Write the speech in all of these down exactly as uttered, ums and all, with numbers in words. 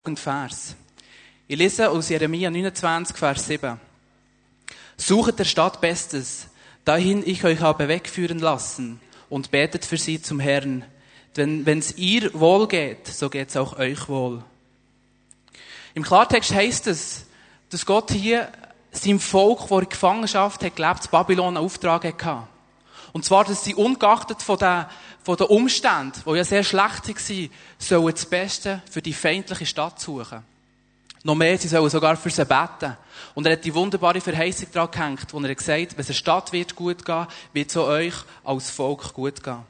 Vers. Ich lese aus Jeremia neunundzwanzig, Vers sieben. Suchet der Stadt Bestes, dahin ich euch habe wegführen lassen, und betet für sie zum Herrn. Denn wenn es ihr wohl geht, so geht es auch euch wohl. Im Klartext heisst es, dass Gott hier seinem Volk, das in Gefangenschaft hat gelebt, Babylon einen Auftrag hatte. Und zwar, dass sie ungeachtet von den, von den Umständen, die ja sehr schlecht waren, sollen das Beste für die feindliche Stadt suchen. Noch mehr, sie sollen sogar für sie beten. Und er hat die wunderbare Verheißung daran gehängt, wo er gesagt hat, wenn es der Stadt wird gut gehen, wird es auch euch als Volk gut gehen.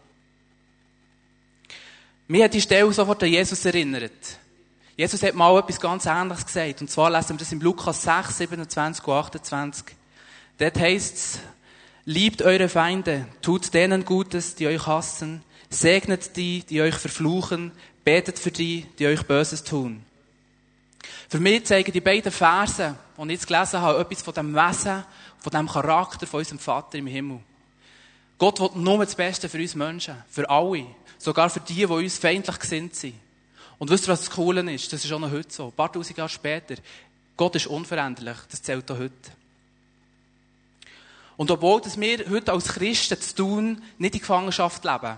Mir hat die Stelle sofort an Jesus erinnert. Jesus hat mal etwas ganz Ähnliches gesagt. Und zwar lesen wir das im Lukas sechs, siebenundzwanzig und achtundzwanzig. Dort heisst es, liebt eure Feinde, tut denen Gutes, die euch hassen, segnet die, die euch verfluchen, betet für die, die euch Böses tun. Für mich zeigen die beiden Verse, die ich jetzt gelesen habe, etwas von dem Wesen, von dem Charakter von unserem Vater im Himmel. Gott will nur das Beste für uns Menschen, für alle, sogar für die, die uns feindlich gesinnt sind. Und wisst ihr, was das Coole ist? Das ist auch noch heute so. Ein paar tausend Jahre später. Gott ist unveränderlich. Das zählt auch heute. Und obwohl dass wir heute als Christen zu tun nicht in Gefangenschaft leben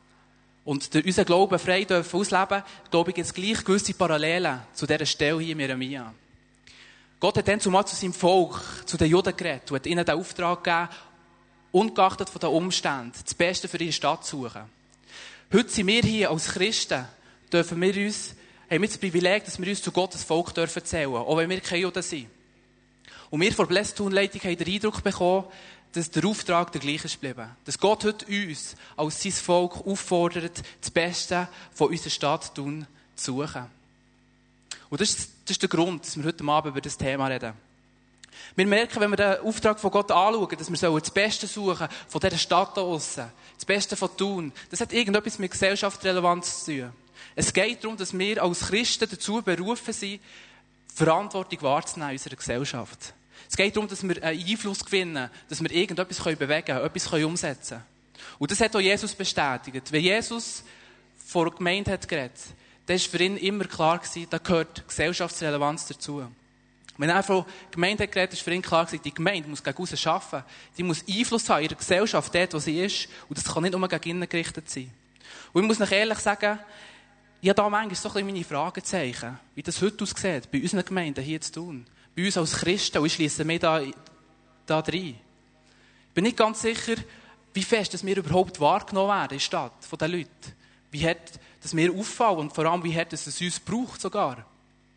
und unseren Glauben frei dürfen ausleben, glaube ich, gibt es gleich gewisse Parallelen zu dieser Stelle hier in Jeremia. Gott hat dann zumal zu seinem Volk, zu den Juden geredet und hat ihnen den Auftrag gegeben, ungeachtet von den Umständen, das Beste für ihre Stadt zu suchen. Heute sind wir hier als Christen, dürfen wir uns, haben wir das Privileg, dass wir uns zu Gottes Volk dürfen zählen, auch wenn wir keine Juden sind. Und wir von der Blessedtun-Leitung haben den Eindruck bekommen, dass der Auftrag der gleiche ist geblieben. Dass Gott heute uns als sein Volk auffordert, das Beste von unserer Stadt Thun zu suchen. Und das ist, das ist der Grund, dass wir heute Abend über das Thema reden. Wir merken, wenn wir den Auftrag von Gott anschauen, dass wir das Beste suchen von dieser Stadt da aussen, das Beste von Thun, das hat irgendetwas mit Gesellschaftsrelevanz zu tun. Es geht darum, dass wir als Christen dazu berufen sind, Verantwortung wahrzunehmen in unserer Gesellschaft. Es geht darum, dass wir einen Einfluss gewinnen, dass wir irgendetwas bewegen können, etwas umsetzen können. Und das hat auch Jesus bestätigt. Wenn Jesus vor der Gemeinde hat geredet, dann war für ihn immer klar gewesen, da gehört Gesellschaftsrelevanz dazu. Wenn er von der Gemeinde hat geredet, ist für ihn klar gewesen, die Gemeinde muss gegen aussen arbeiten. Die muss Einfluss haben in der Gesellschaft, dort, wo sie ist. Und das kann nicht nur gegen innen gerichtet sein. Und ich muss euch ehrlich sagen, ich habe da manchmal so ein bisschen meine Fragezeichen, wie das heute aussieht, bei unseren Gemeinden hier zu tun. Bei uns als Christen, und ich schliesse mich da, da rein. Ich bin nicht ganz sicher, wie fest dass wir überhaupt wahrgenommen werden in der Stadt von den Leuten. Wie hart, dass wir auffallen und vor allem, wie hart dass es uns braucht sogar.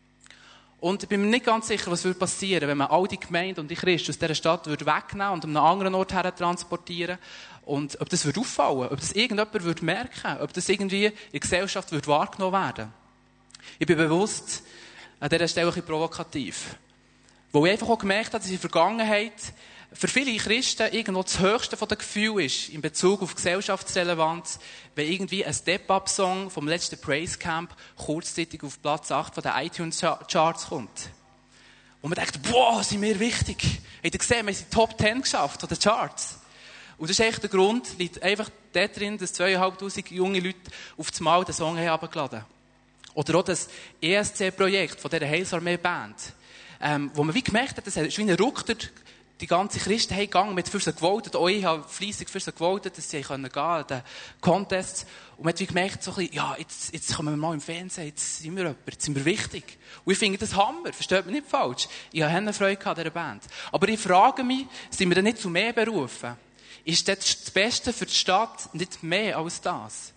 Und ich bin mir nicht ganz sicher, was würde passieren, wenn man all die Gemeinden und die Christen aus dieser Stadt würde wegnehmen und an einen anderen Ort her transportieren. Und ob das würde auffallen, ob das irgendjemand würde merken, ob das irgendwie in der Gesellschaft würde wahrgenommen werden. Ich bin bewusst an dieser Stelle ein bisschen provokativ. Wo ich einfach auch gemerkt habe, dass in der Vergangenheit für viele Christen irgendwo das höchste von den Gefühlen ist, in Bezug auf Gesellschaftsrelevanz, wenn irgendwie ein Step-Up-Song vom letzten Praise Camp kurzzeitig auf Platz acht von den iTunes-Charts kommt. Und man denkt, boah, sind wir wichtig. Habt ihr gesehen, wir haben die Top zehn geschafft von den Charts. Und das ist echt der Grund, liegt einfach da drin, dass zweieinhalbtausend junge Leute auf das Mal den Song haben heruntergeladen. Oder auch das E S C-Projekt von dieser Heilsarmee-Band. Ähm, wo man wie gemerkt hat, das ist wie ein Ruck durch die ganze Christen haben gegangen, mit für sie gewotet, auch ich habe fleissig für sie gewotet, dass sie gehen können an den Contests. Und man hat wie gemerkt, so ein bisschen, ja, jetzt, jetzt kommen wir mal im Fernsehen, jetzt sind wir jemand, jetzt sind wir wichtig. Und ich finde das Hammer, versteht mich nicht falsch. Ich habe eine Freude an dieser Band. Aber ich frage mich, sind wir denn nicht zu mehr berufen? Ist das Beste für die Stadt nicht mehr als das?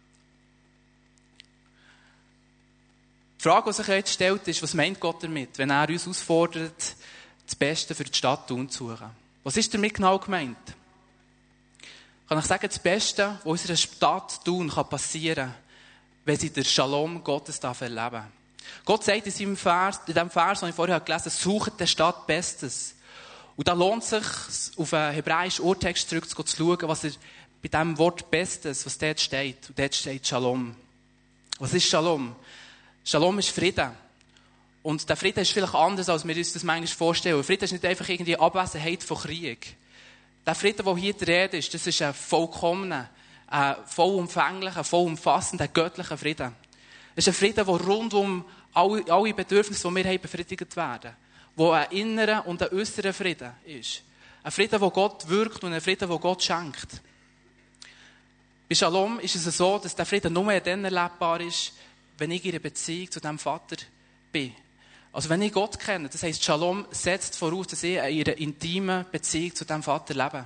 Die Frage, die sich jetzt stellt, ist, was meint Gott damit, wenn er uns auffordert, das Beste für die Stadt Thun zu suchen? Was ist damit genau gemeint? Kann ich sagen, das Beste, was unserer Stadt Thun passieren kann, wenn sie den Shalom Gottes erleben darf. Gott sagt in seinem Vers, in dem Vers, den ich vorher gelesen habe, sucht der Stadt Bestes. Und da lohnt es sich, auf einen hebräischen Urtext zurückzuschauen, was er bei diesem Wort Bestes, was dort steht. Und dort steht Shalom. Was ist Shalom? Shalom ist Frieden. Und der Frieden ist vielleicht anders, als wir uns das manchmal vorstellen. Frieden ist nicht einfach irgendwie Abwesenheit von Krieg. Der Frieden, der hier die Rede ist, das ist ein vollkommener, ein vollumfänglicher, vollumfassender, göttlicher Frieden. Es ist ein Frieden, der rund um alle, alle Bedürfnisse, die wir haben, befriedigt werden. Wo ein innerer und ein äußerer Frieden ist. Ein Frieden, der Gott wirkt und ein Frieden, der Gott schenkt. Bei Shalom ist es so, dass der Frieden nur dann erlebbar ist, wenn ich in einer Beziehung zu diesem Vater bin. Also wenn ich Gott kenne, das heisst, Shalom setzt voraus, dass ich in einer intimen Beziehung zu diesem Vater lebe.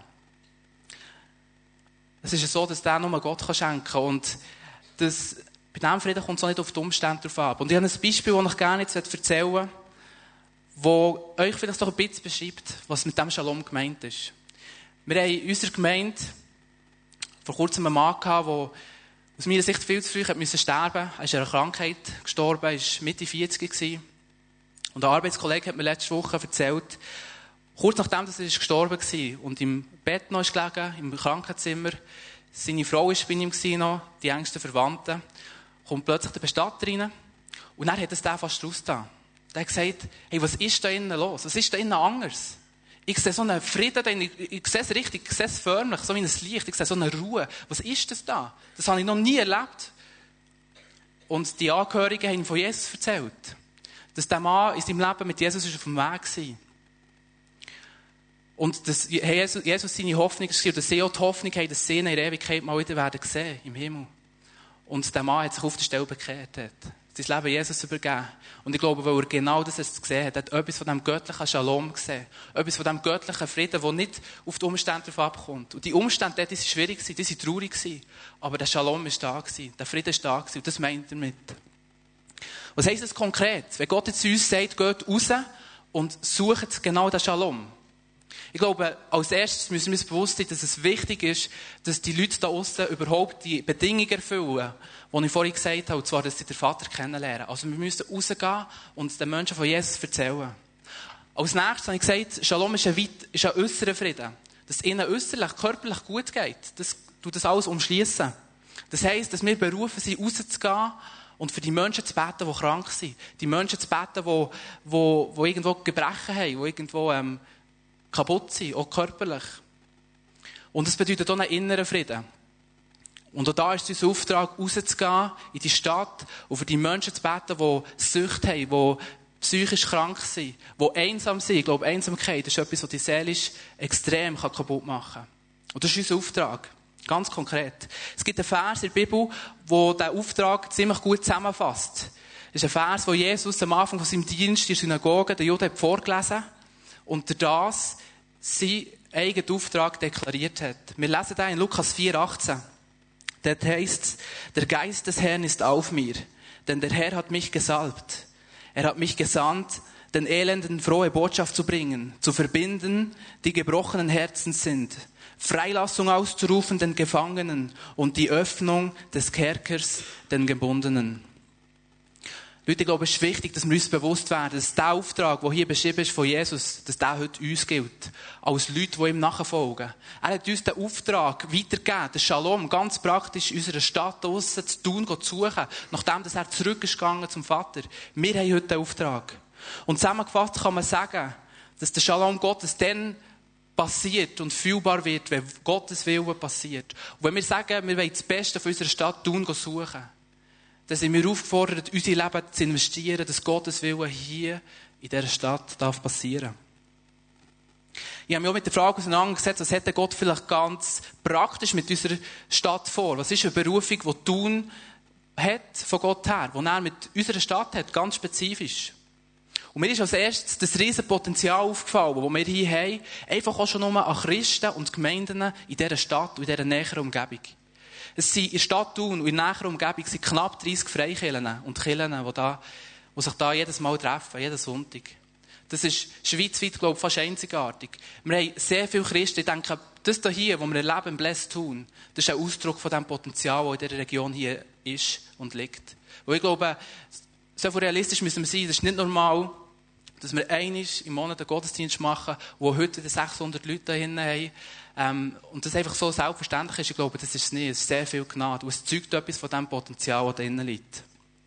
Es ist so, dass der nur Gott schenken kann. Und das, bei diesem Frieden kommt es auch nicht auf die Umstände drauf an. Und ich habe ein Beispiel, das ich gerne jetzt erzählen möchte, das euch vielleicht doch ein bisschen beschreibt, was mit dem Shalom gemeint ist. Wir haben in unserer Gemeinde vor kurzem einen Mann gehabt, der aus meiner Sicht viel zu früh sterben musste. Er ist an einer Krankheit gestorben, er war Mitte vierzig gewesen. Und ein Arbeitskollege hat mir letzte Woche erzählt, kurz nachdem dass er gestorben war und im Bett noch gelegen, im Krankenzimmer, seine Frau war bei ihm noch, die engsten Verwandten, kommt plötzlich der Bestatter rein und dann hat es den fast rausgetan. Der hat gesagt, hey, was ist da innen los? Was ist da innen anders? Ich sehe so einen Frieden, ich, ich sehe es richtig, ich sehe es förmlich, so wie ein Licht, ich sehe so eine Ruhe. Was ist das da? Das habe ich noch nie erlebt. Und die Angehörigen haben ihm von Jesus erzählt. Dass der Mann in seinem Leben mit Jesus auf dem Weg war. Und dass Jesus, Jesus seine Hoffnung war, und dass sie auch die Hoffnung haben, dass sie in der Ewigkeit mal wieder werden sehen, im Himmel. Und der Mann hat sich auf der Stelle bekehrt. Hat sein Leben Jesus übergeben. Und ich glaube, weil er genau das gesehen hat, hat er etwas von diesem göttlichen Shalom gesehen. Etwas von diesem göttlichen Frieden, der nicht auf die Umstände drauf abkommt. Und die Umstände, die waren schwierig, die waren traurig. Aber der Shalom war da, der Frieden war da, und das meint er mit. Was heisst das konkret? Wenn Gott jetzt zu uns sagt, geht raus und sucht genau den Shalom. Ich glaube, als erstes müssen wir uns bewusst sein, dass es wichtig ist, dass die Leute da aussen überhaupt die Bedingungen erfüllen, die ich vorhin gesagt habe, und zwar, dass sie den Vater kennenlernen. Also wir müssen rausgehen und den Menschen von Jesus erzählen. Als nächstes habe ich gesagt, Shalom ist ein, weit, ist ein äusserer Frieden. Dass es ihnen äusserlich, körperlich gut geht. Das tut das alles umschliessen. Das heisst, dass wir berufen sind, rauszugehen und für die Menschen zu beten, die krank sind. Die Menschen zu beten, die, die, die irgendwo Gebrechen haben, die irgendwo ähm, kaputt sind, auch körperlich. Und das bedeutet auch einen inneren Frieden. Und auch da ist unser Auftrag, rauszugehen in die Stadt und für die Menschen zu beten, die Sucht haben, die psychisch krank sind, die einsam sind. Ich glaube, Einsamkeit ist etwas, was die seelisch extrem kaputt machen kann. Und das ist unser Auftrag. Ganz konkret. Es gibt einen Vers in der Bibel, der diesen Auftrag ziemlich gut zusammenfasst. Das ist ein Vers, den Jesus am Anfang von seinem Dienst in der Synagoge den Juden vorgelesen hat und durch das seinen eigenen Auftrag deklariert hat. Wir lesen da in Lukas vier achtzehn. Dort heisst, der Geist des Herrn ist auf mir, denn der Herr hat mich gesalbt. Er hat mich gesandt, den Elenden frohe Botschaft zu bringen, zu verbinden, die gebrochenen Herzen sind, Freilassung auszurufen den Gefangenen und die Öffnung des Kerkers den Gebundenen. Leute, ich glaube, es ist wichtig, dass wir uns bewusst werden, dass der Auftrag, der hier beschrieben ist von Jesus, dass der heute uns gilt. Als Leute, die ihm nachfolgen. Er hat uns den Auftrag weitergegeben, den Shalom, ganz praktisch in unserer Stadt draussen zu tun, zu suchen, nachdem dass er zurück ist gegangen zum Vater. Wir haben heute den Auftrag. Und zusammengefasst kann man sagen, dass der Shalom Gottes dann passiert und fühlbar wird, wenn Gottes Wille passiert. Und wenn wir sagen, wir wollen das Beste von unserer Stadt tun, suchen, dann sind wir aufgefordert, unser Leben zu investieren, dass Gottes Wille hier in dieser Stadt darf passieren. Ich habe mich auch mit der Frage auseinandergesetzt, was hätte Gott vielleicht ganz praktisch mit unserer Stadt vor? Was ist eine Berufung, die Thun hat von Gott her, die er mit unserer Stadt hat, ganz spezifisch? Und mir ist als erstes das riesen Potenzial aufgefallen, das wir hier haben, einfach auch schon nur an Christen und Gemeinden in dieser Stadt und in dieser näheren Umgebung. Es sind in der Stadt Thun und in der näheren Umgebung sind knapp dreissig Freikirchen und Kirchen, die, da, die sich da jedes Mal treffen, jeden Sonntag. Das ist schweizweit, glaube ich, fast einzigartig. Wir haben sehr viele Christen. Ich denke, das hier, was wir erleben im Blessed Thun, das ist ein Ausdruck von dem Potenzial, das in dieser Region hier ist und liegt. Und ich glaube, so viel realistisch müssen wir sein, das ist nicht normal, dass wir einmal im Monat einen Gottesdienst machen, wo heute wieder sechshundert Leute da hinten haben. Ähm, und das einfach so selbstverständlich ist, ich glaube, das ist es nicht. Es ist sehr viel Gnade. Und es zeugt etwas von dem Potenzial, das da drinnen liegt.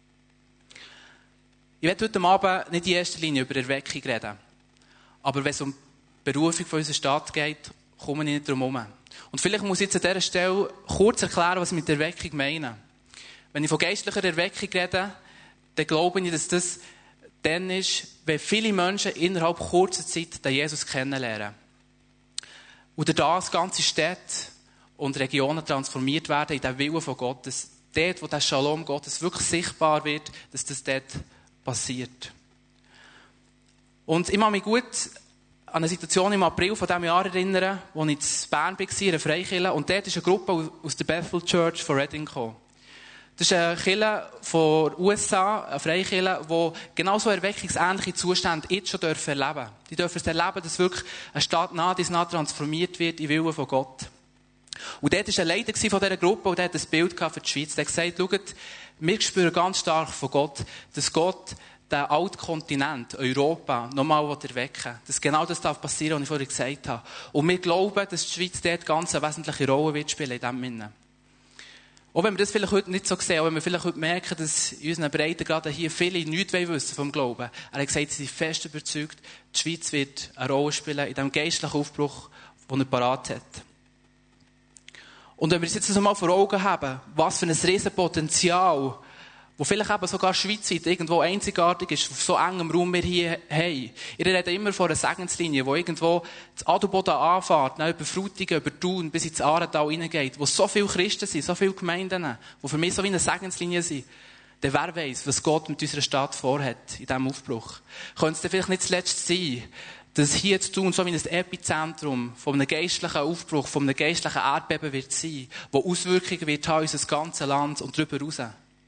Ich werde heute Abend nicht in erster Linie über Erweckung reden. Aber wenn es um die Berufung von unserer Stadt geht, komme ich nicht drum herum. Und vielleicht muss ich jetzt an dieser Stelle kurz erklären, was ich mit Erweckung meine. Wenn ich von geistlicher Erweckung rede, dann glaube ich, dass das dann ist, wenn viele Menschen innerhalb kurzer Zeit den Jesus kennenlernen. Und dadurch das ganze Städte und Regionen transformiert werden in den Willen von Gott. Dass dort, wo der Shalom Gottes wirklich sichtbar wird, dass das dort passiert. Und ich kann mich gut an eine Situation im April von diesem Jahr erinnern, als ich in Bern war, in einer Freikirche. Und dort ist eine Gruppe aus der Bethel Church von Reading gekommen. Das ist eine Kirche von den U S A, eine Freikirche, die genau so erweckungsähnliche Zustände jetzt schon erleben dürfen. Die dürfen es erleben, dass wirklich eine Stadt nah dies nah transformiert wird in den Willen von Gott. Und dort war ein Leiter von dieser Gruppe und der hat ein Bild für die Schweiz. Der hat gesagt, schaut, wir spüren ganz stark von Gott, dass Gott den alten Kontinent, Europa, nochmal erwecken will. Dass genau das darf passieren, was ich vorhin gesagt habe. Und wir glauben, dass die Schweiz dort ganz eine wesentliche Rolle wird spielen in diesem Sinne. Auch wenn wir das vielleicht heute nicht so sehen, auch wenn wir vielleicht heute merken, dass in unseren Breiten gerade hier viele nichts wissen vom Glauben. Er hat gesagt, sie sind fest überzeugt, die Schweiz wird eine Rolle spielen in diesem geistlichen Aufbruch, den er parat hat. Und wenn wir uns jetzt einmal vor Augen haben, was für ein riesen Potenzial, wo vielleicht eben sogar schweizweit irgendwo einzigartig ist, auf so engem Raum wir hier haben. Ich rede immer von einer Segenslinie, die irgendwo das Adelboden anfährt, über Frutigen, über Thun, bis ins Aaretal hineingeht, wo so viele Christen sind, so viele Gemeinden, die für mich so wie eine Segenslinie sind. Dann wer weiss, was Gott mit unserer Stadt vorhat, in diesem Aufbruch. Könnte es dann vielleicht nicht zuletzt sein, dass hier zu tun so wie ein Epizentrum von einem geistlichen Aufbruch, von einem geistlichen Erdbeben wird sein, das Auswirkungen wird haben in unser ganzes Land und darüber hinaus.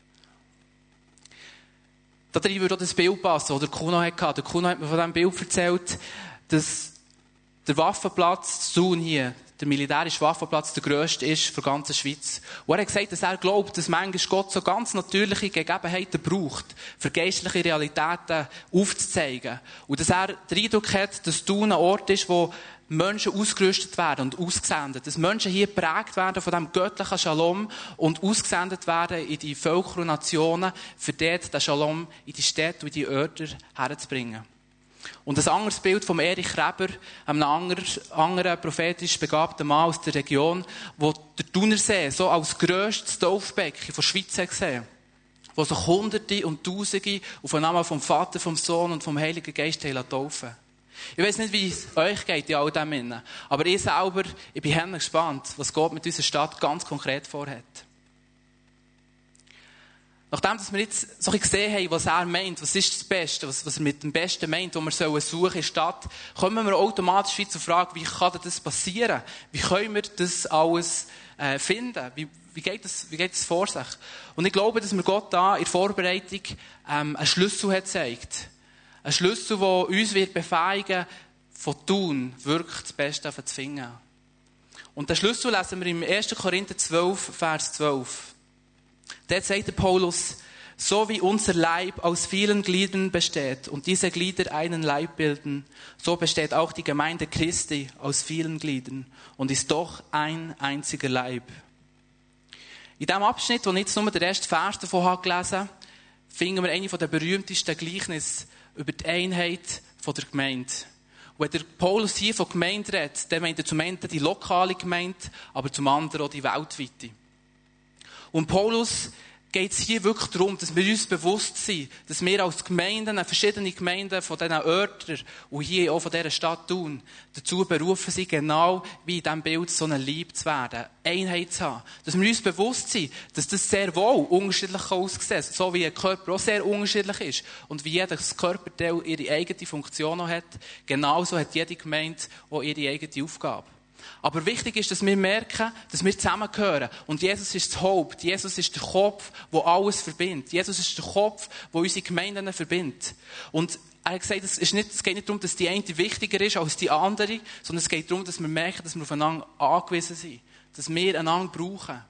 Da drin würde auch das Bild passen, das der Kuno hatte. Der Kuno hat mir von diesem Bild erzählt, dass der Waffenplatz zu Thun hier, der militärische Waffenplatz, der grösste ist für die ganze Schweiz. Und er hat gesagt, dass er glaubt, dass manchmal Gott so ganz natürliche Gegebenheiten braucht, für geistliche Realitäten aufzuzeigen. Und dass er den Eindruck hat, dass Thun ein Ort ist, wo Menschen ausgerüstet werden und ausgesendet. Dass Menschen hier geprägt werden von diesem göttlichen Shalom und ausgesendet werden in die Völker und Nationen, für dort den Shalom in die Städte und in die Orte herzubringen. Und ein anderes Bild von Erich Reber, einem anderen, anderen prophetisch begabten Mann aus der Region, wo der Thunersee so als grösstes Taufbecken von der Schweiz gesehen, wo sich Hunderte und Tausende auf den Namen vom Vater, vom Sohn und vom Heiligen Geist taufen. Ich weiss nicht, wie es euch geht in all dem Innen, aber ich selber, ich bin sehr gespannt, was Gott mit unserer Stadt ganz konkret vorhat. Nachdem dass wir jetzt so ein bisschen gesehen haben, was er meint, was ist das Beste, was, was er mit dem Besten meint, was wir sollen suchen in der Stadt, kommen wir automatisch zur Frage, wie kann das passieren? Wie können wir das alles äh, finden? Wie, wie, geht das, wie geht das vor sich? Und ich glaube, dass mir Gott da in der Vorbereitung ähm, einen Schlüssel hat gezeigt. Ein Schlüssel, der uns wird befähigen, von Thun wirklich das Beste zu finden. Und den Schlüssel lesen wir im ersten Korinther zwölf, Vers zwölf. Dort sagt der Paulus, so wie unser Leib aus vielen Gliedern besteht und diese Glieder einen Leib bilden, so besteht auch die Gemeinde Christi aus vielen Gliedern und ist doch ein einziger Leib. In diesem Abschnitt, wo ich jetzt nur den ersten Vers davon habe gelesen, finden wir eine der berühmtesten Gleichnisse über die Einheit der Gemeinde. Und wenn der Paulus hier von Gemeinde redet, dann meint er zum einen die lokale Gemeinde, aber zum anderen auch die weltweite. Und Paulus geht es hier wirklich darum, dass wir uns bewusst sind, dass wir als Gemeinden, verschiedene Gemeinden von diesen Örtern und hier auch von dieser Stadt Thun, dazu berufen sind, genau wie in diesem Bild so ein Leib zu werden, Einheit zu haben. Dass wir uns bewusst sind, dass das sehr wohl unterschiedlich aussehen kann, so wie ein Körper auch sehr unterschiedlich ist und wie jedes Körperteil ihre eigene Funktion hat, genauso hat jede Gemeinde auch ihre eigene Aufgabe. Aber wichtig ist, dass wir merken, dass wir zusammengehören. Und Jesus ist das Haupt. Jesus ist der Kopf, der alles verbindet. Jesus ist der Kopf, der unsere Gemeinden verbindet. Und er hat gesagt, es, ist nicht, es geht nicht darum, dass die eine wichtiger ist als die andere, sondern es geht darum, dass wir merken, dass wir aufeinander angewiesen sind. Dass wir einander brauchen.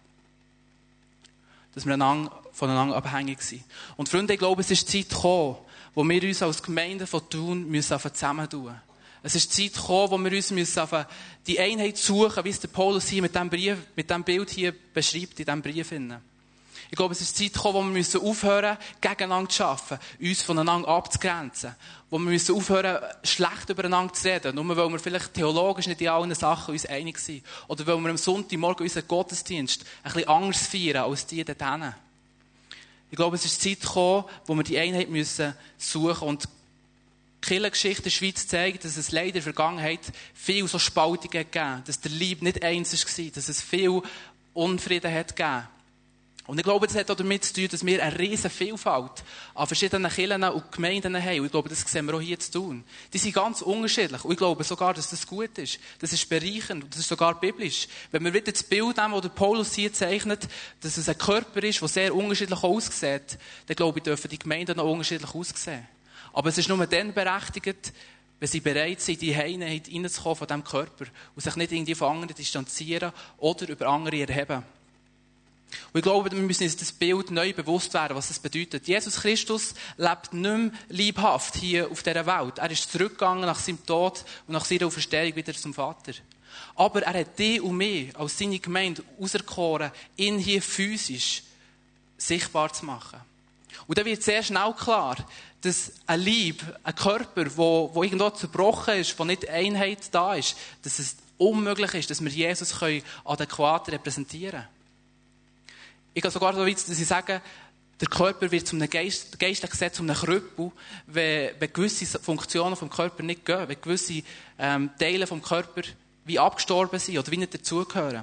Dass wir einander, voneinander abhängig sind. Und Freunde, ich glaube, es ist die Zeit gekommen, wo wir uns als Gemeinde von Thun müssen zusammentun müssen. Es ist die Zeit gekommen, wo wir uns müssen auf die Einheit suchen, wie es der Paulus hier mit diesem Brief, mit diesem Bild hier beschreibt, in diesem Brief. Ich glaube, es ist die Zeit gekommen, wo wir müssen aufhören, gegeneinander zu arbeiten, uns voneinander abzugrenzen. Wo wir müssen aufhören, schlecht übereinander zu reden, nur weil wir vielleicht theologisch nicht in allen Sachen uns einig sind. Oder weil wir am Sonntagmorgen unseren Gottesdienst ein bisschen anders feiern als die dort hinten. Ich glaube, es ist Zeit gekommen, wo wir die Einheit müssen suchen. Und die Kirchengeschichte der Schweiz zeigt, dass es leider in der Vergangenheit viel so Spaltungen gegeben hat, dass der Liebe nicht eins war, dass es viel Unfrieden hat gegeben. Und ich glaube, das hat auch damit zu tun, dass wir eine riesige Vielfalt an verschiedenen Kirchen und Gemeinden haben. Und ich glaube, das sehen wir auch hier zu tun. Die sind ganz unterschiedlich. Und ich glaube sogar, dass das gut ist. Das ist bereichernd. Und das ist sogar biblisch. Wenn wir wieder das Bild nehmen, das Paulus hier zeichnet, dass es ein Körper ist, der sehr unterschiedlich aussieht, dann glaube ich, dürfen die Gemeinden auch unterschiedlich aussehen. Aber es ist nur dann berechtigt, wenn sie bereit sind, in die Einheit reinzukommen von diesem Körper und sich nicht irgendwie von anderen distanzieren oder über andere erheben. Und ich glaube, wir müssen uns das Bild neu bewusst werden, was das bedeutet. Jesus Christus lebt nicht mehr liebhaft hier auf dieser Welt. Er ist zurückgegangen nach seinem Tod und nach seiner Auferstehung wieder zum Vater. Aber er hat dich und mich als seine Gemeinde auserkoren, ihn hier physisch sichtbar zu machen. Und dann wird sehr schnell klar, dass ein Leib, ein Körper, der wo, wo irgendwo zerbrochen ist, wo nicht Einheit da ist, dass es unmöglich ist, dass wir Jesus adäquat repräsentieren können. Ich gehe sogar so weit, dass ich sage, der Körper wird zum Geist, geistlich gesetzt, zum Krüppel, wenn, wenn gewisse Funktionen vom Körper nicht gehen, wenn gewisse ähm, Teile vom Körper wie abgestorben sind oder wie nicht dazugehören.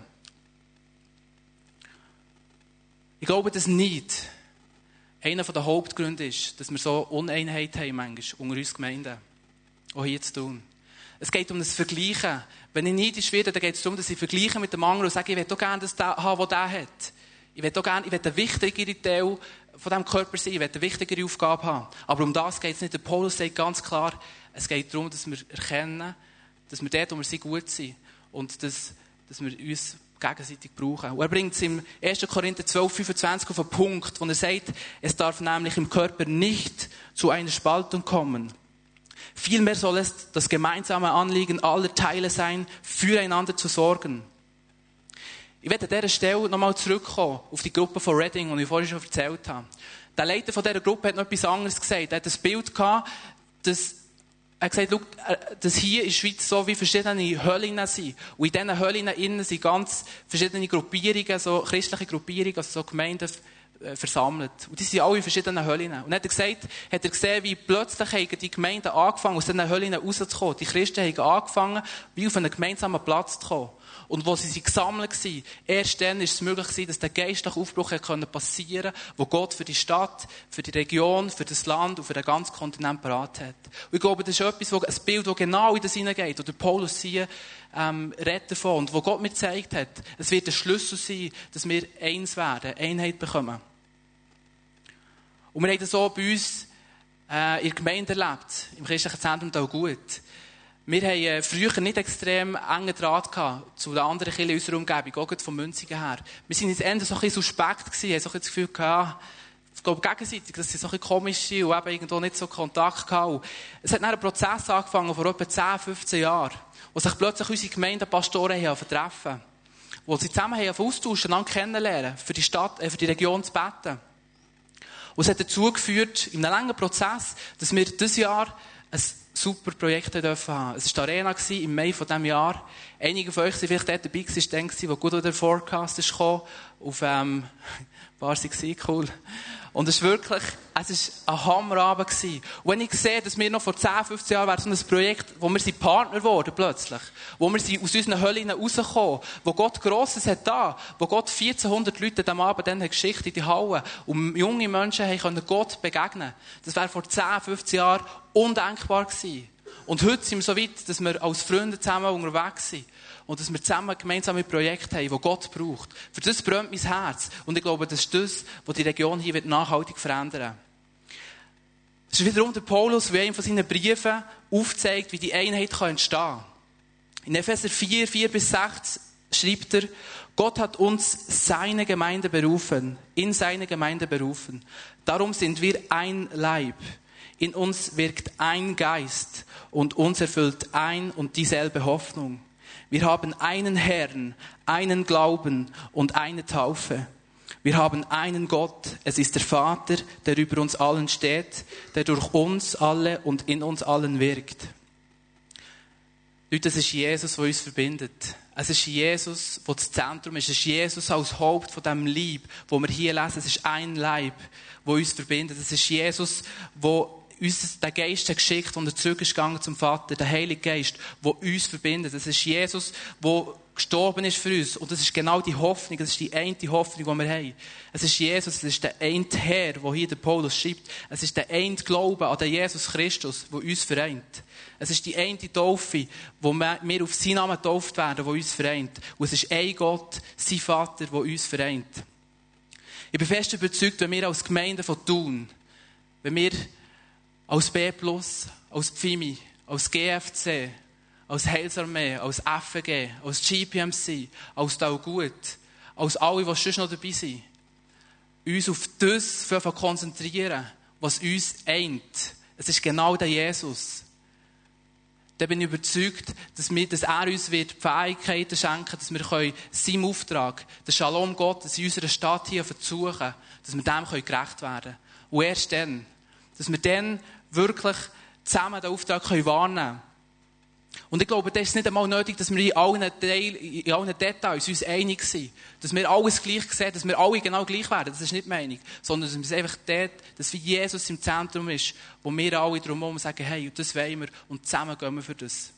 Ich glaube, dass nicht einer der Hauptgründe ist, dass wir so Uneinheit haben, manchmal, unter uns Gemeinden, auch hier zu tun. Es geht um das Vergleichen. Wenn ich neidisch werde, dann geht es darum, dass ich vergleiche mit dem anderen und sage, ich will auch gerne das haben, was der hat. Ich will auch gerne, ich will eine wichtigere Teil von diesem Körper sein, ich will eine wichtigere Aufgabe haben. Aber um das geht es nicht. Der Paulus sagt ganz klar, es geht darum, dass wir erkennen, dass wir dort, wo wir sind, gut sind. Und dass, dass wir uns gegenseitig brauchen. Und er bringt es im ersten Korinther zwölf, fünfundzwanzig auf einen Punkt, wo er sagt, es darf nämlich im Körper nicht zu einer Spaltung kommen. Vielmehr soll es das gemeinsame Anliegen aller Teile sein, füreinander zu sorgen. Ich werde an dieser Stelle nochmal zurückkommen auf die Gruppe von Reading, die ich vorhin schon erzählt habe. Der Leiter von dieser Gruppe hat noch etwas anderes gesagt. Er hat ein Bild gehabt, dass er hat gesagt, dass hier in der Schweiz so wie verschiedene Höllen sind. Und in diesen Höllen innen sind ganz verschiedene Gruppierungen, so christliche Gruppierungen, also so Gemeinden versammelt. Und die sind alle in verschiedenen Höllen. Und dann hat er gesagt, hat er gesehen, wie plötzlich die Gemeinden angefangen, aus diesen Höllen rauszukommen. Die Christen haben angefangen, wie auf einen gemeinsamen Platz zu kommen. Und wo sie gesammelt waren, erst dann ist es möglich gewesen, dass der geistliche Aufbruch passieren konnte, wo Gott für die Stadt, für die Region, für das Land und für den ganzen Kontinent parat hat. Und ich glaube, das ist etwas, wo, ein Bild, das genau in das hineingeht, wo der Paulus hier ähm, redet davon und wo Gott mir gezeigt hat, es wird der Schlüssel sein, dass wir eins werden, Einheit bekommen. Und wir haben das so bei uns äh, in der Gemeinde erlebt, im christlichen Zentrum auch gut. Wir haben früher nicht extrem engen Draht gehabt zu den anderen Kirchen in unserer Umgebung, auch von Münzigen her. Wir sind ins Ende so ein bisschen suspekt gewesen, haben so ein das Gefühl gehabt, ich glaube gegenseitig, dass sie so ein bisschen komisch sind und eben irgendwo nicht so Kontakt gehabt. Es hat dann ein Prozess angefangen vor etwa zehn, fünfzehn Jahren, wo sich plötzlich unsere Gemeindepastoren haben vertreffen, wo sie zusammen haben austauschen, einander kennenlernen, für die Stadt, äh, für die Region zu beten. Und es hat dazu geführt, in einem langen Prozess, dass wir dieses Jahr ein super Projekt dürfen haben. Es war die Arena im Mai von diesem Jahr. Einige von euch sind vielleicht dort dabei gewesen, dann, wo gut der Forecast ist gekommen. Auf, ähm, war sie gewesen, cool. Und es ist wirklich, es war ein Hammerabend gewesen. Und wenn ich sehe, dass wir noch vor zehn, fünfzehn Jahren so ein Projekt, wo wir sind Partner wurden plötzlich, wo wir sind aus unseren Höllen rausgekommen, wo Gott Grosses hat da, wo Gott vierzehnhundert Leute an diesem Abend dann Geschichte in die Halle und junge Menschen haben Gott begegnen. Das wäre vor zehn, fünfzehn Jahren undenkbar gewesen. Und heute sind wir so weit, dass wir als Freunde zusammen unterwegs sind. Und dass wir zusammen gemeinsame Projekte haben, die Gott braucht. Für das brennt mein Herz. Und ich glaube, das ist das, was die Region hier nachhaltig verändern wird. Es ist wiederum der Paulus, der in einem von seinen Briefen aufzeigt, wie die Einheit entstehen kann. In Epheser vier, vier bis sechs schreibt er, Gott hat uns seine Gemeinde berufen, in seine Gemeinde berufen. Darum sind wir ein Leib. In uns wirkt ein Geist und uns erfüllt ein und dieselbe Hoffnung. Wir haben einen Herrn, einen Glauben und eine Taufe. Wir haben einen Gott, es ist der Vater, der über uns allen steht, der durch uns alle und in uns allen wirkt. Leute, das ist Jesus, der uns verbindet. Es ist Jesus, der das Zentrum ist. Es ist Jesus als Haupt von diesem Leib, wo wir hier lesen. Es ist ein Leib, der uns verbindet. Es ist Jesus, der uns den Geist hat geschickt und er zurück ist gegangen zum Vater. Der Heilige Geist, der uns verbindet. Es ist Jesus, der gestorben ist für uns. Und das ist genau die Hoffnung. Das ist die eine Hoffnung, die wir haben. Es ist Jesus, es ist der eine Herr, der hier der Paulus schreibt. Es ist der eine Glaube an den Jesus Christus, der uns vereint. Es ist die eine Taufe, wo wir auf seinen Namen getauft werden, die uns vereint. Und es ist ein Gott, sein Vater, der uns vereint. Ich bin fest überzeugt, wenn wir als Gemeinde von Thun, wenn wir als B plus, als Pfimi, als G F C, als Heilsarmee, als F E G, als G P M C, als Taugut, als alle, die sonst noch dabei sind, uns auf das konzentrieren, was uns eint. Es ist genau der Jesus. Dann bin ich überzeugt, dass, wir, dass er uns wird die Fähigkeiten schenken, dass wir können seinem Auftrag, den Shalom Gottes in unserer Stadt hier versuchen, dass wir dem gerecht werden können. Und erst dann, dass wir dann wirklich zusammen den Auftrag wahrnehmen können. Und ich glaube, das ist nicht einmal nötig, dass wir in allen, Teil, in allen Details uns einig sind. Dass wir alles gleich sehen, dass wir alle genau gleich werden. Das ist nicht meine. Sondern dass wir einfach dort, dass wie Jesus im Zentrum ist, wo wir alle drumherum sagen, hey, das wollen wir und zusammen gehen wir für das.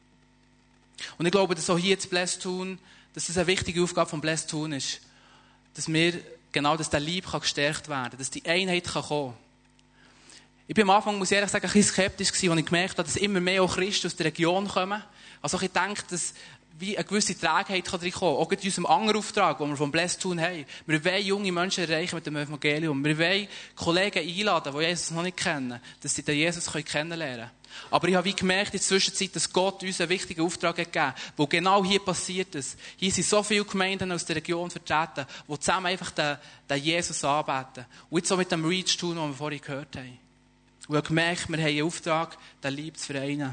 Und ich glaube, dass auch hier zu Blessed Thun, dass das eine wichtige Aufgabe von Blessed Thun ist. Dass wir, genau, dass der Leib gestärkt werden kann, dass die Einheit kann kommen. Ich bin am Anfang, muss ich ehrlich sagen, ein bisschen skeptisch gewesen, als ich gemerkt habe, dass immer mehr auch Christen aus der Region kommen. Also ich denke, dass wie eine gewisse Trägheit kann drin kommen. Auch in unserem anderen Auftrag, den wir vom Blessed Thun haben. Wir wollen junge Menschen erreichen mit dem Evangelium. Wir wollen Kollegen einladen, die Jesus noch nicht kennen, dass sie den Jesus kennenlernen können. Aber ich habe wie gemerkt in der Zwischenzeit, dass Gott uns einen wichtigen Auftrag hat gegeben, der genau hier passiert ist. Hier sind so viele Gemeinden aus der Region vertreten, die zusammen einfach den, den Jesus anbeten. Und jetzt so mit dem Reach tun, was wir vorhin gehört haben. Und ich habe gemerkt, wir haben einen Auftrag, den Leib zu vereinen.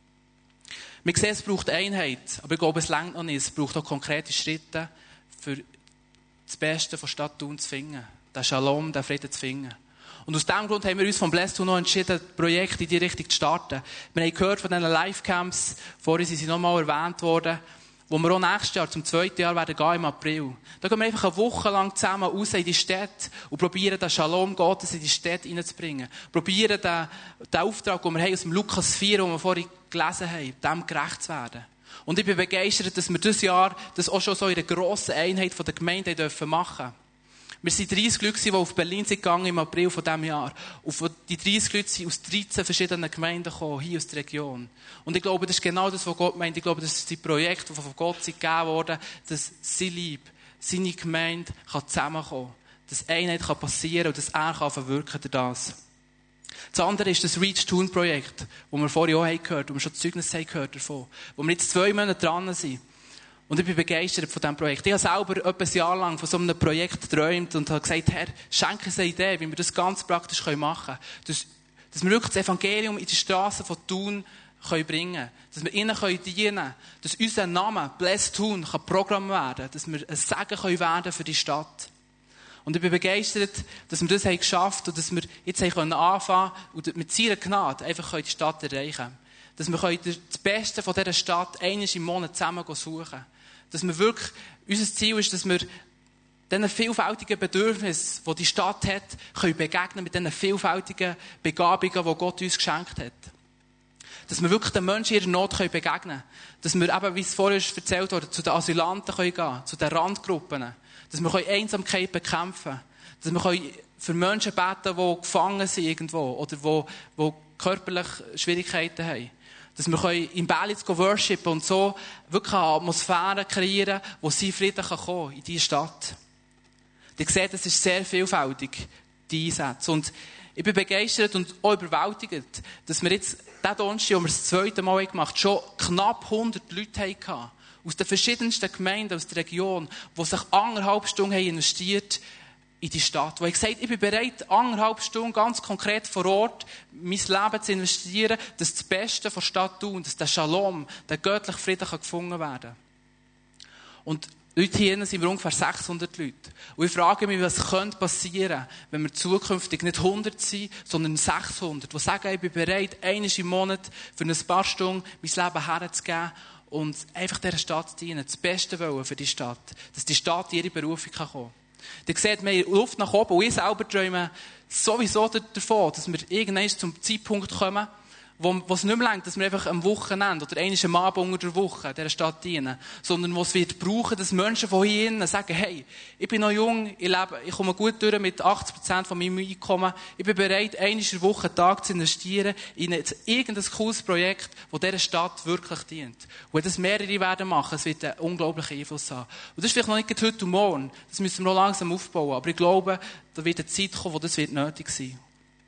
Wir sehen, es braucht Einheit, aber ich glaube, es reicht noch nicht. Es braucht auch konkrete Schritte, für das Beste von Stadt Thun zu finden. Den Shalom, den Frieden zu finden. Und aus diesem Grund haben wir uns vom Blessed Thun noch entschieden, Projekte in diese Richtung zu starten. Wir haben gehört von diesen Live-Camps, vorhin sind sie nochmal erwähnt worden, wo wir auch nächstes Jahr, zum zweiten Jahr, werden gehen im April. Da gehen wir einfach eine Woche lang zusammen raus in die Städte und probieren, den Shalom Gottes in die Städte hineinzubringen. Probieren, den, den Auftrag, den wir haben aus dem Lukas vier, den wir vorhin gelesen haben, dem gerecht zu werden. Und ich bin begeistert, dass wir dieses Jahr das auch schon so in einer grossen Einheit von der Gemeinde dürfen machen. Wir sind dreissig Leute, die auf Berlin sind gegangen im April von diesem Jahr. Und die dreissig Leute sind aus dreizehn verschiedenen Gemeinden gekommen, hier aus der Region. Und ich glaube, das ist genau das, was Gott meint. Ich glaube, das ist die Projekte, die von Gott gegeben wurden, dass sein Leib, seine Gemeinde kann zusammenkommen kann. Dass Einheit kann passieren und dass er kann verwirken durch das. Das andere ist das Reach Thun Projekt, das wir vorhin auch gehört haben, wo wir schon Zeugnisse haben gehört davon, wo wir jetzt zwei Monate dran sind. Und ich bin begeistert von diesem Projekt. Ich habe selber etwa ein Jahr lang von so einem Projekt geträumt und habe gesagt, Herr, schenke uns eine Idee, wie wir das ganz praktisch machen können. Dass, dass wir wirklich das Evangelium in die Straßen von Thun können bringen. Dass wir ihnen dienen können. Dass unser Name, Blessed Thun, kann Programm werden. Dass wir ein Segen können werden für die Stadt. Und ich bin begeistert, dass wir das haben geschafft und dass wir jetzt haben anfangen können und mit seiner Gnade einfach die Stadt erreichen können. Dass wir das Beste von dieser Stadt einmal im Monat zusammen suchen können. Dass wir wirklich, unser Ziel ist, dass wir diesen vielfältigen Bedürfnissen, die die Stadt hat, können begegnen mit diesen vielfältigen Begabungen, die Gott uns geschenkt hat. Dass wir wirklich den Menschen in ihrer Not begegnen können. Dass wir eben, wie es vorhin erzählt wurde, zu den Asylanten gehen können, zu den Randgruppen. Dass wir Einsamkeit bekämpfen können. Dass wir für Menschen beten, die gefangen sind irgendwo oder die, die körperlich Schwierigkeiten haben. Dass wir im Bälitz worshipen und so wirklich eine Atmosphäre kreieren, wo sie Frieden kommen kann in diese Stadt. Ihr seht, es ist sehr vielfältig, die Einsätze. Und ich bin begeistert und auch überwältigt, dass wir jetzt diesen Donnerstag, den wir das zweite Mal gemacht haben, schon knapp hundert Leute hatten. Aus den verschiedensten Gemeinden aus der Region, die sich anderthalb Stunden investiert haben in die Stadt. Wo ich gesagt habe, ich bin bereit, anderthalb Stunden ganz konkret vor Ort mein Leben zu investieren, dass das Beste von der Stadt Thun, dass der Shalom, der göttliche Frieden kann gefunden werden. Und Leute hier sind wir ungefähr sechshundert Leute. Und ich frage mich, was könnte passieren, wenn wir zukünftig nicht hundert sind, sondern sechshundert, die sagen, ich bin bereit, einmal im Monat für ein paar Stunden mein Leben herzugeben und einfach dieser Stadt dienen, das Beste wollen für die Stadt, dass die Stadt in ihre Berufung kann kommen. Ihr seht, wir haben Luft nach oben und ich selber träume sowieso davon, dass wir irgendwann zum Zeitpunkt kommen, wo, wo es nicht mehr reicht, dass wir einfach am Wochenende oder einmal am Abend unter der Woche dieser Stadt dienen, sondern wo es wird brauchen, dass Menschen von hier innen sagen, hey, ich bin noch jung, ich lebe, ich komme gut durch mit achtzig Prozent von meinem Einkommen, ich bin bereit, einmal in der Woche einen Tag zu investieren in ein, irgendein cooles Projekt, das dieser Stadt wirklich dient. Und wenn das mehrere werden machen, es wird einen unglaublichen Einfluss haben. Und das ist vielleicht noch nicht heute und morgen, das müssen wir noch langsam aufbauen, aber ich glaube, da wird eine Zeit kommen, wo das wird nötig sein wird.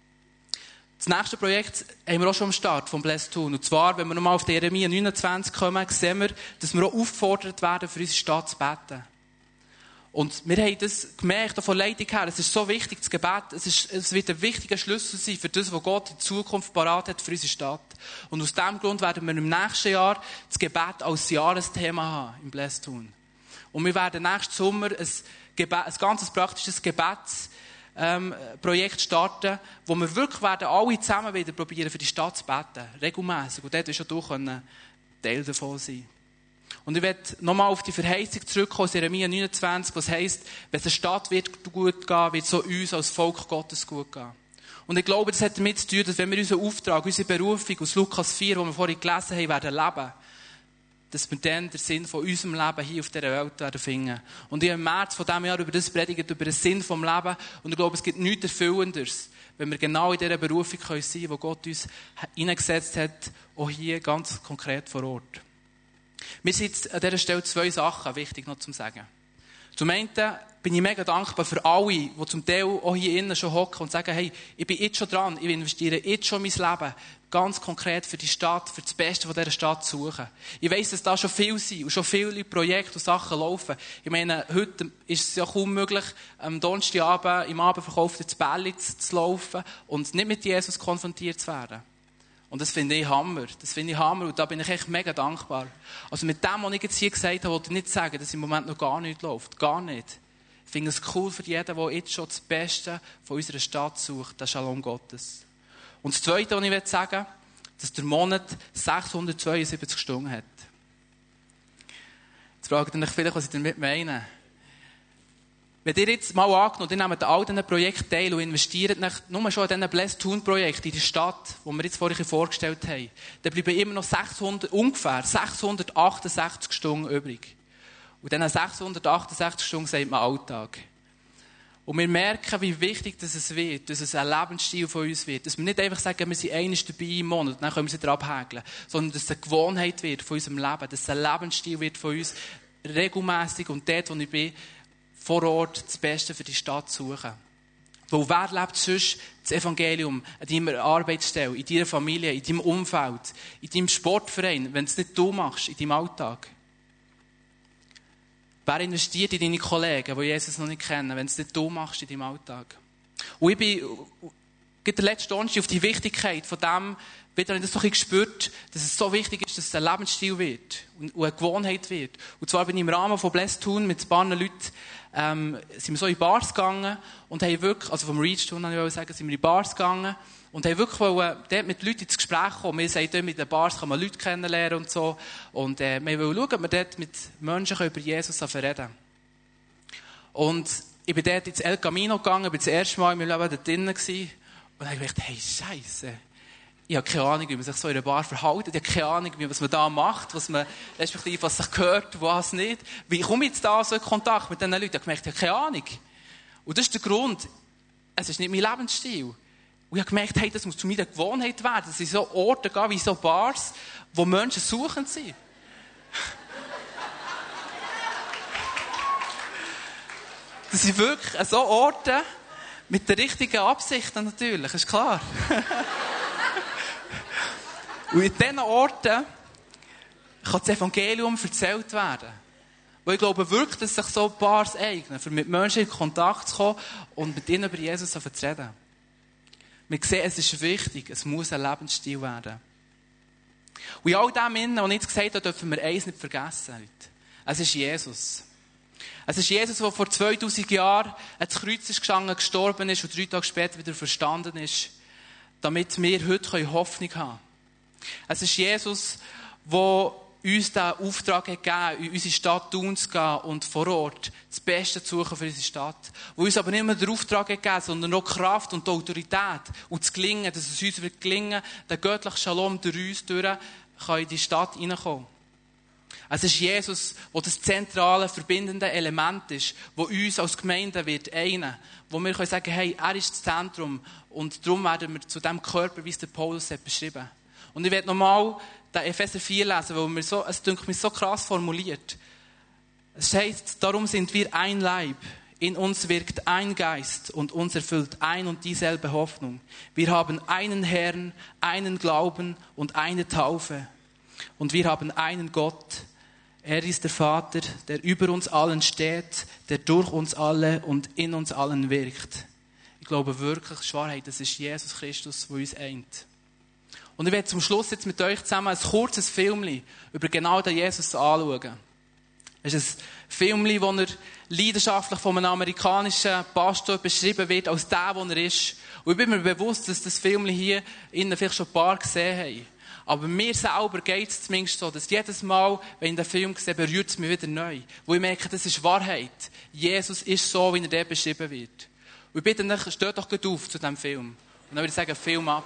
Das nächste Projekt haben wir auch schon am Start vom Blessed Tun. Und zwar, wenn wir nochmal auf die Jeremia neunundzwanzig kommen, sehen wir, dass wir auch aufgefordert werden, für unsere Stadt zu beten. Und wir haben das gemerkt, auch von Leitung her, es ist so wichtig, das Gebet, es, ist, es wird ein wichtiger Schlüssel sein für das, was Gott in Zukunft parat hat für unsere Stadt. Und aus diesem Grund werden wir im nächsten Jahr das Gebet als Jahresthema haben im Blessed Tun. Und wir werden nächsten Sommer ein, Gebet, ein ganzes praktisches Gebets Ähm, Projekt starten, wo wir wirklich werden alle zusammen wieder probieren, für die Stadt zu beten. Regelmässig. Und dort wirst auch du Teil davon sein. Und ich werde nochmal auf die Verheißung zurückkommen aus Jeremia neunundzwanzig, was heisst, wenn es der Stadt wird gut gehen, wird es auch uns als Volk Gottes gut gehen. Und ich glaube, das hat damit zu tun, dass wenn wir unseren Auftrag, unsere Berufung aus Lukas vier, wo wir vorhin gelesen haben, werden leben, dass wir dann den Sinn von unserem Leben hier auf dieser Welt werden finden. Und ich habe im März von diesem Jahr über das predigt, über den Sinn des Lebens. Und ich glaube, es gibt nichts Erfüllenderes, wenn wir genau in dieser Berufung sein können, wo Gott uns hineingesetzt hat, auch hier ganz konkret vor Ort. Mir sind an dieser Stelle zwei Sachen wichtig noch zu sagen. Zum einen bin ich mega dankbar für alle, die zum Teil auch hier innen schon hocken und sagen, hey, ich bin jetzt schon dran, ich investiere jetzt schon mein Leben ganz konkret für die Stadt, für das Beste von dieser Stadt zu suchen. Ich weiss, dass da schon viel sind und schon viele Projekte und Sachen laufen. Ich meine, heute ist es ja kaum möglich, am Donnerstagabend im Abendverkauf ins Bälli zu, zu laufen und nicht mit Jesus konfrontiert zu werden. Und das finde ich Hammer. Das finde ich Hammer und da bin ich echt mega dankbar. Also mit dem, was ich jetzt hier gesagt habe, wollte ich nicht sagen, dass im Moment noch gar nichts läuft. Gar nicht. Ich finde es cool für jeden, der jetzt schon das Beste von unserer Stadt sucht, den Shalom Gottes. Und das Zweite, was ich sagen will, dass der Monat sechshundertzweiundsiebzig Stunden hat. Jetzt fragt ihr euch vielleicht, was ich damit meine. Wenn ihr jetzt mal angenommen, ihr nehmt an all diesen Projekten teil und investiert nur schon an diesen Blessed Tun Projekten in die Stadt, die wir jetzt vorhin vorgestellt haben, dann bleiben immer noch sechshundert, ungefähr sechshundertachtundsechzig Stunden übrig. Und diesen sechshundertachtundsechzig Stunden sagt man Alltag. Und wir merken, wie wichtig das es wird, dass es ein Lebensstil von uns wird. Dass wir nicht einfach sagen, wir sind einmal dabei im Monat, dann können wir sie dran abhäkeln. Sondern dass es eine Gewohnheit wird von unserem Leben. Dass es ein Lebensstil wird von uns, regelmässig und dort, wo ich bin, vor Ort das Beste für die Stadt zu suchen. Weil wer lebt sonst das Evangelium an deiner Arbeitsstelle, in deiner Familie, in deinem Umfeld, in deinem Sportverein, wenn es nicht du machst, in deinem Alltag? Wer investiert in deine Kollegen, die Jesus noch nicht kennen, wenn es nicht du machst in deinem Alltag? Und ich bin, gerade der letzte Donnerstag auf die Wichtigkeit von dem, wieder habe ich das so ein bisschen gespürt, dass es so wichtig ist, dass es ein Lebensstil wird und eine Gewohnheit wird. Und zwar bin ich im Rahmen von Blessed Tun mit ein paar Leuten, ähm, sind wir so in Bars gegangen und haben wirklich, also vom Reach Tun, habe ich sagen, sind wir in Bars gegangen und haben wirklich wollen, dort mit Leuten ins Gespräch kommen. Wir sagen, dort mit den Bars kann man Leute kennenlernen und so. Und äh, wir wollen schauen, ob wir dort mit Menschen über Jesus reden können. Und ich bin dort ins El Camino gegangen, bin das erste Mal in meinem Leben dort drinnen gewesen. Und dann habe ich gedacht, hey, Scheisse. Ich habe keine Ahnung, wie man sich so in einer Bar verhält. Ich habe keine Ahnung, was man da macht, was man, respektive, was sich gehört, was nicht. Wie komme ich jetzt da so in Kontakt mit diesen Leuten? Ich habe gemerkt, ich habe keine Ahnung. Und das ist der Grund. Es ist nicht mein Lebensstil. Und ich habe gemerkt, hey, das muss zu meiner Gewohnheit werden. Das sind so Orte gehen, wie so Bars, wo Menschen suchend sind. Das sind wirklich so Orte mit den richtigen Absichten natürlich, ist klar. Und in diesen Orten kann das Evangelium erzählt werden. Weil ich glaube wirklich, dass sich so Bars eignen, um mit Menschen in Kontakt zu kommen und mit ihnen über Jesus zu reden. Wir sehen, es ist wichtig, es muss ein Lebensstil werden. Und in all dem, was ich jetzt gesagt habe, dürfen wir eins nicht vergessen. Leute. Es ist Jesus. Es ist Jesus, der vor zweitausend Jahren ans Kreuz ist gegangen, gestorben ist und drei Tage später wieder verstanden ist, damit wir heute Hoffnung haben können. Es ist Jesus, der uns den Auftrag hat gegeben, in unsere Stadt Thun zu gehen und vor Ort das Beste zu suchen für unsere Stadt. Wo uns aber nicht nur den Auftrag hat gegeben, sondern auch die Kraft und die Autorität und das Gelingen, dass es uns wird gelingen, der göttliche Shalom durch uns durch kann in die Stadt hineinkommen. Es ist Jesus, der das zentrale, verbindende Element ist, das uns als Gemeinde wird einen, wo wir können sagen, hey, er ist das Zentrum und darum werden wir zu dem Körper, wie es der Paulus hat beschrieben. Und ich werde nochmal den Epheser vier lesen, weil mir so, es dünkt mich so krass formuliert. Es heißt, darum sind wir ein Leib. In uns wirkt ein Geist und uns erfüllt ein und dieselbe Hoffnung. Wir haben einen Herrn, einen Glauben und eine Taufe. Und wir haben einen Gott. Er ist der Vater, der über uns allen steht, der durch uns alle und in uns allen wirkt. Ich glaube wirklich, die Wahrheit, das ist Jesus Christus, der uns eint. Und ich werde zum Schluss jetzt mit euch zusammen ein kurzes Filmchen über genau den Jesus anschauen. Es ist ein Filmchen, wo er leidenschaftlich von einem amerikanischen Pastor beschrieben wird, als der, der er ist. Und ich bin mir bewusst, dass das Filmchen hier innen vielleicht schon ein paar gesehen haben. Aber mir selber geht es zumindest so, dass jedes Mal, wenn ich den Film sehe, berührt es mich wieder neu. Wo ich merke, das ist Wahrheit. Jesus ist so, wie er dort beschrieben wird. Und ich bitte euch, steht doch gut auf zu diesem Film. Und dann würde ich sagen, Film ab.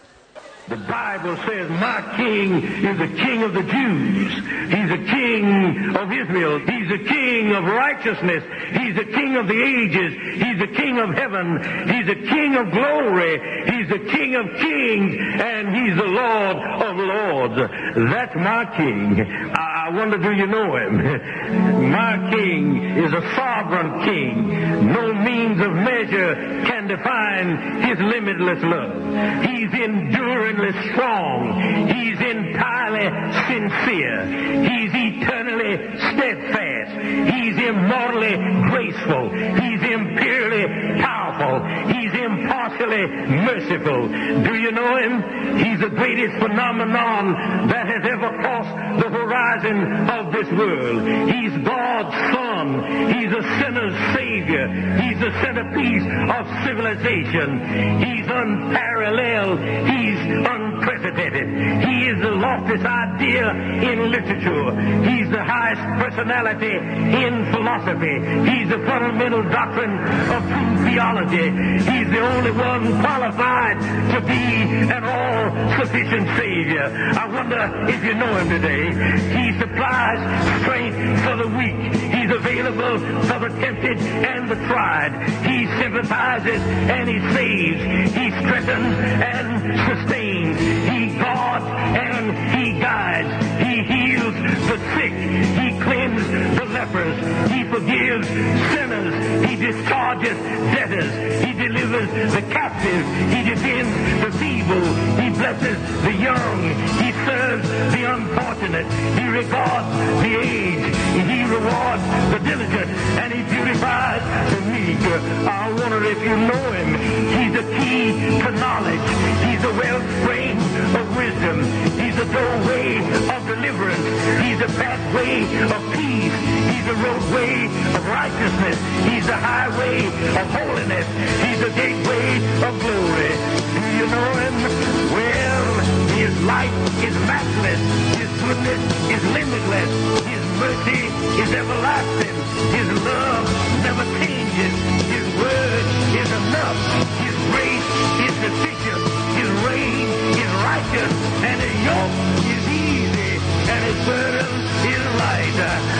The Bible says, my king is the king of the Jews. He's the king of Israel. He's the king of righteousness. He's the king of the ages. He's the king of heaven. He's the king of glory. He's the king of kings. And he's the Lord of lords. That's my king. I, I wonder, do you know him? My king is a sovereign king. No means of measure can define his limitless love. He's enduring strong. He's entirely sincere. He's eternally steadfast. He's immortally graceful. He's imperially powerful. He's impartially merciful. Do you know him? He's the greatest phenomenon that has ever crossed the horizon of this world. He's God's Son. He's a sinner's Savior. He's the centerpiece of civilization. He's unparalleled. He's unprecedented. He is the loftiest idea in literature. He's the highest personality in philosophy. He's the fundamental doctrine of true theology. He's the only one qualified to be an all-sufficient Savior. I wonder if you know him today. He supplies strength for the weak. He's available for the tempted and the tried. He sympathizes and he saves. He strengthens and sustains. He guards and he guides. He heals the sick. He cleanses the lepers. He forgives sinners. He discharges debtors. He delivers the captive. He defends the feeble. He blesses the young. He serves the unfortunate. He regards the aged. He rewards the diligent. And he beautifies the meek. I wonder if you know him. He's the key to knowledge. He's the wellspring of wisdom. He's the doorway of deliverance. He's the pathway of peace. He's the roadway of righteousness. He's the highway of holiness. He's the gateway of glory. Do you know him? Well, his light is matchless. His goodness is limitless. His mercy is everlasting. His love never changes. His word is enough. His grace is sufficient. His reign is righteous. And his yoke is easy. And his burden is light.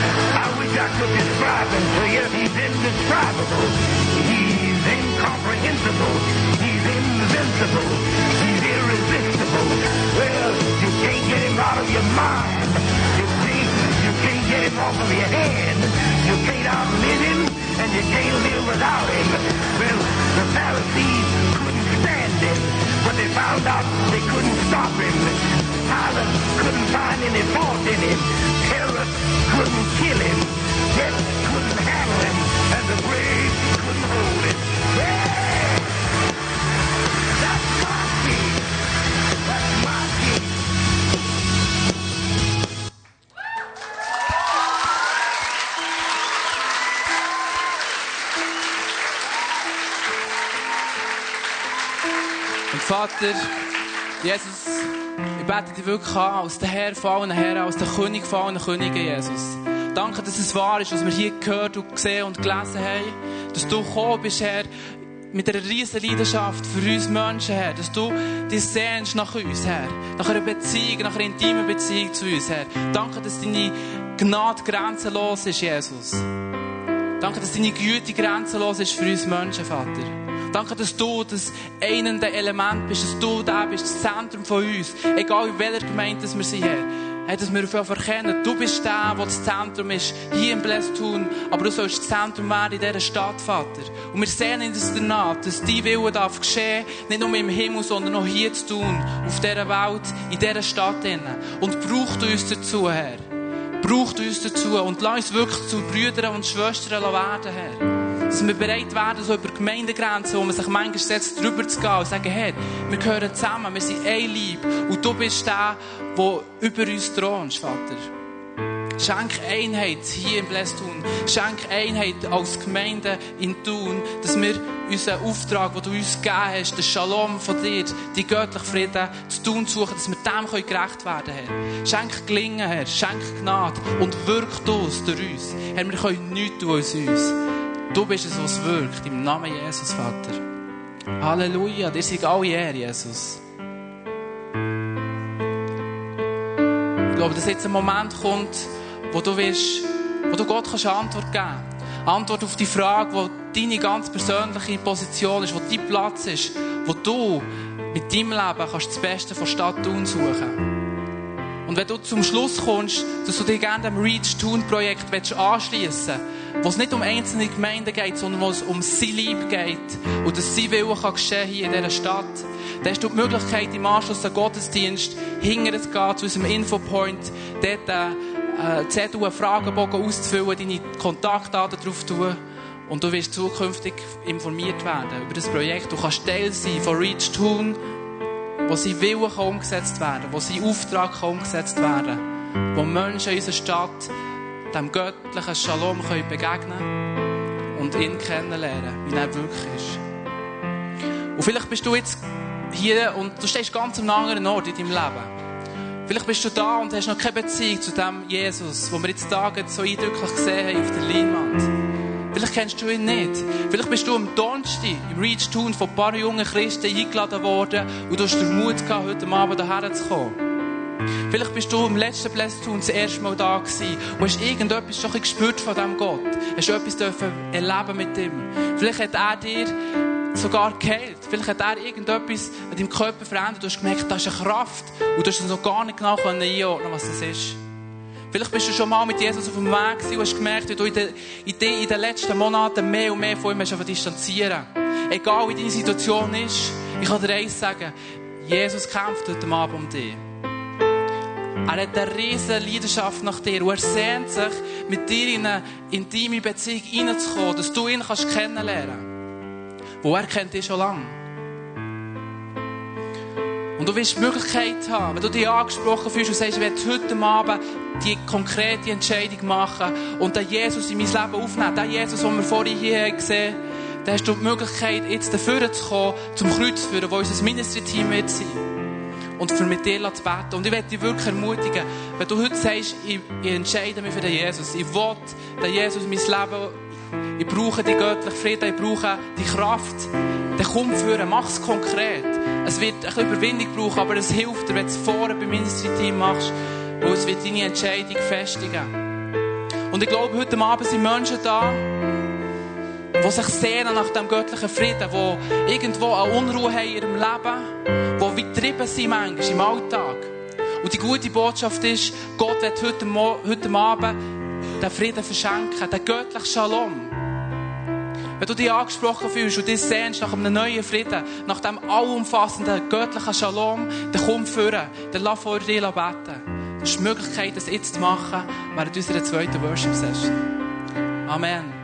I wish I could describe him to you. He's indescribable. He's incomprehensible. He's invincible. He's irresistible. Well, you can't get him out of your mind. You can't, you can't get him off of your hand. You can't outlive him, and you can't live without him. Well, the Pharisees couldn't stand him, but they found out they couldn't stop him. Pilate couldn't find any fault in him. Herod couldn't kill him. Death couldn't handle him, and the grave couldn't hold him. Yeah! That's my king. That's my king. Und Vater, Jesus, ich bete dich wirklich an, als der Herr von allen Herren, als der König von allen Königen, Jesus. Danke, dass es wahr ist, was wir hier gehört und gesehen und gelesen haben. Dass du gekommen bist, Herr, mit einer riesen Leidenschaft für uns Menschen, Herr. Dass du dich sehnst nach uns, Herr. Nach einer Beziehung, nach einer intimen Beziehung zu uns, Herr. Danke, dass deine Gnade grenzenlos ist, Jesus. Danke, dass deine Güte grenzenlos ist für uns Menschen, Vater. Danke, dass du das einende Element bist, dass du da bist, das Zentrum von uns. Egal in welcher Gemeinde wir sind, Herr. Hey, dass wir auf erkennen, du bist der, der das Zentrum ist, hier in Blästun, aber du sollst das Zentrum werden in dieser Stadt, Vater. Und wir sehen uns danach, dass dein Wille darf geschehen, nicht nur im Himmel, sondern auch hier zu tun, auf dieser Welt, in dieser Stadt. Und braucht uns dazu, Herr. Braucht uns dazu und lass uns wirklich zu Brüdern und Schwestern werden, Herr. Dass wir bereit werden, so über Gemeindegrenzen, wo man sich manchmal setzt, drüber zu gehen und sagen, Herr, wir gehören zusammen, wir sind ein Leib. Und du bist der, der über uns thronst, Vater. Schenk Einheit hier in Blästun. Schenk Einheit als Gemeinde in Thun, dass wir unseren Auftrag, den du uns gegeben hast, den Shalom von dir, die göttlichen Frieden zu tun suchen, dass wir dem gerecht werden können, Herr. Schenk Gelingen, Herr. Schenk Gnade und wirk durch durch uns. Herr, wir können nichts tun aus uns. Du bist es, was wirkt. Im Namen Jesus, Vater. Halleluja. Dir sei alle Ehre, Jesus. Ich glaube, dass jetzt ein Moment kommt, wo du willst, wo du Gott kannst eine Antwort geben kannst. Antwort auf die Frage, wo deine ganz persönliche Position ist, wo dein Platz ist, wo du mit deinem Leben kannst das Beste von Stadt Thun suchen. Und wenn du zum Schluss kommst, dass du dich gerne dem Reach Thun Projekt anschliessen willst, wo es nicht um einzelne Gemeinden geht, sondern wo es um sein Lieb geht und dass sein Wille kann geschehen hier in dieser Stadt, dann hast du die Möglichkeit, im Anschluss an Gottesdienst hinterher zu gehen, zu unserem Infopoint, dort äh, Zettel, einen Fragebogen auszufüllen, deine Kontaktdaten drauf tun und du wirst zukünftig informiert werden über das Projekt. Du kannst Teil sein von Reach Thun, wo sein Wille kann umgesetzt werden kann, wo sein Auftrag kann umgesetzt werden kann, wo Menschen in unserer Stadt dem göttlichen Shalom können begegnen und ihn kennenlernen, wie er wirklich ist. Und vielleicht bist du jetzt hier und du stehst ganz an einem anderen Ort in deinem Leben. Vielleicht bist du da und hast noch keine Beziehung zu dem Jesus, den wir jetzt Tage so eindrücklich gesehen haben auf der Leinwand. Vielleicht kennst du ihn nicht. Vielleicht bist du am Donnerstag im Reach Thun von ein paar jungen Christen eingeladen worden und du hast den Mut gehabt, heute Abend hierher zu kommen. Vielleicht bist du im letzten Blästun das erste Mal da gewesen und hast irgendetwas schon gespürt von diesem Gott. Hast du etwas dürfen erleben mit ihm. Vielleicht hat er dir sogar geheilt. Vielleicht hat er irgendetwas an deinem Körper verändert. Du hast gemerkt, da ist eine Kraft und du hast es noch gar nicht genau einordnen, was das ist. Vielleicht bist du schon mal mit Jesus auf dem Weg gewesen und hast gemerkt, wie du in den, in den, in den letzten Monaten mehr und mehr von ihm hast distanzieren. Egal wie deine Situation ist, ich kann dir eins sagen, Jesus kämpft heute Abend um dich. Er hat eine riesige Leidenschaft nach dir und er sehnt sich, mit dir in eine intime Beziehung hineinzukommen, dass du ihn kannst kennenlernen kannst. Wo er kennt dich schon lange. Und du wirst die Möglichkeit haben, wenn du dich angesprochen fühlst und sagst, ich werde heute Abend die konkrete Entscheidung machen und den Jesus in mein Leben aufnehmen. Den Jesus, den wir vorhin hier gesehen haben, dann hast du die Möglichkeit, jetzt dafür zu kommen, zum Kreuz zu führen, wo unser Ministry-Team mit sind. Und für mit dir zu beten. Und ich möchte dich wirklich ermutigen, wenn du heute sagst, ich, ich entscheide mich für den Jesus. Ich will den Jesus in mein Leben. Ich brauche die göttliche Frieden, ich brauche die Kraft. Dann komm führen, mach es konkret. Es wird ein bisschen Überwindung brauchen, aber es hilft dir, wenn du es vorne beim Ministry-Team machst, wo es wird deine Entscheidung festigen. Und ich glaube, heute Abend sind Menschen da, die sich sehnen nach dem göttlichen Frieden, die irgendwo eine Unruhe haben in ihrem Leben, die wie getrieben sind manchmal im Alltag. Und die gute Botschaft ist, Gott wird heute, Mo- heute Abend den Frieden verschenken, den göttlichen Shalom. Wenn du dich angesprochen fühlst und dich sehnst nach einem neuen Frieden, nach dem allumfassenden göttlichen Shalom, dann komm führen, dann lass vor dir beten. Du hast die Möglichkeit, das jetzt zu machen, während unserer zweiten Worship-Session. Amen.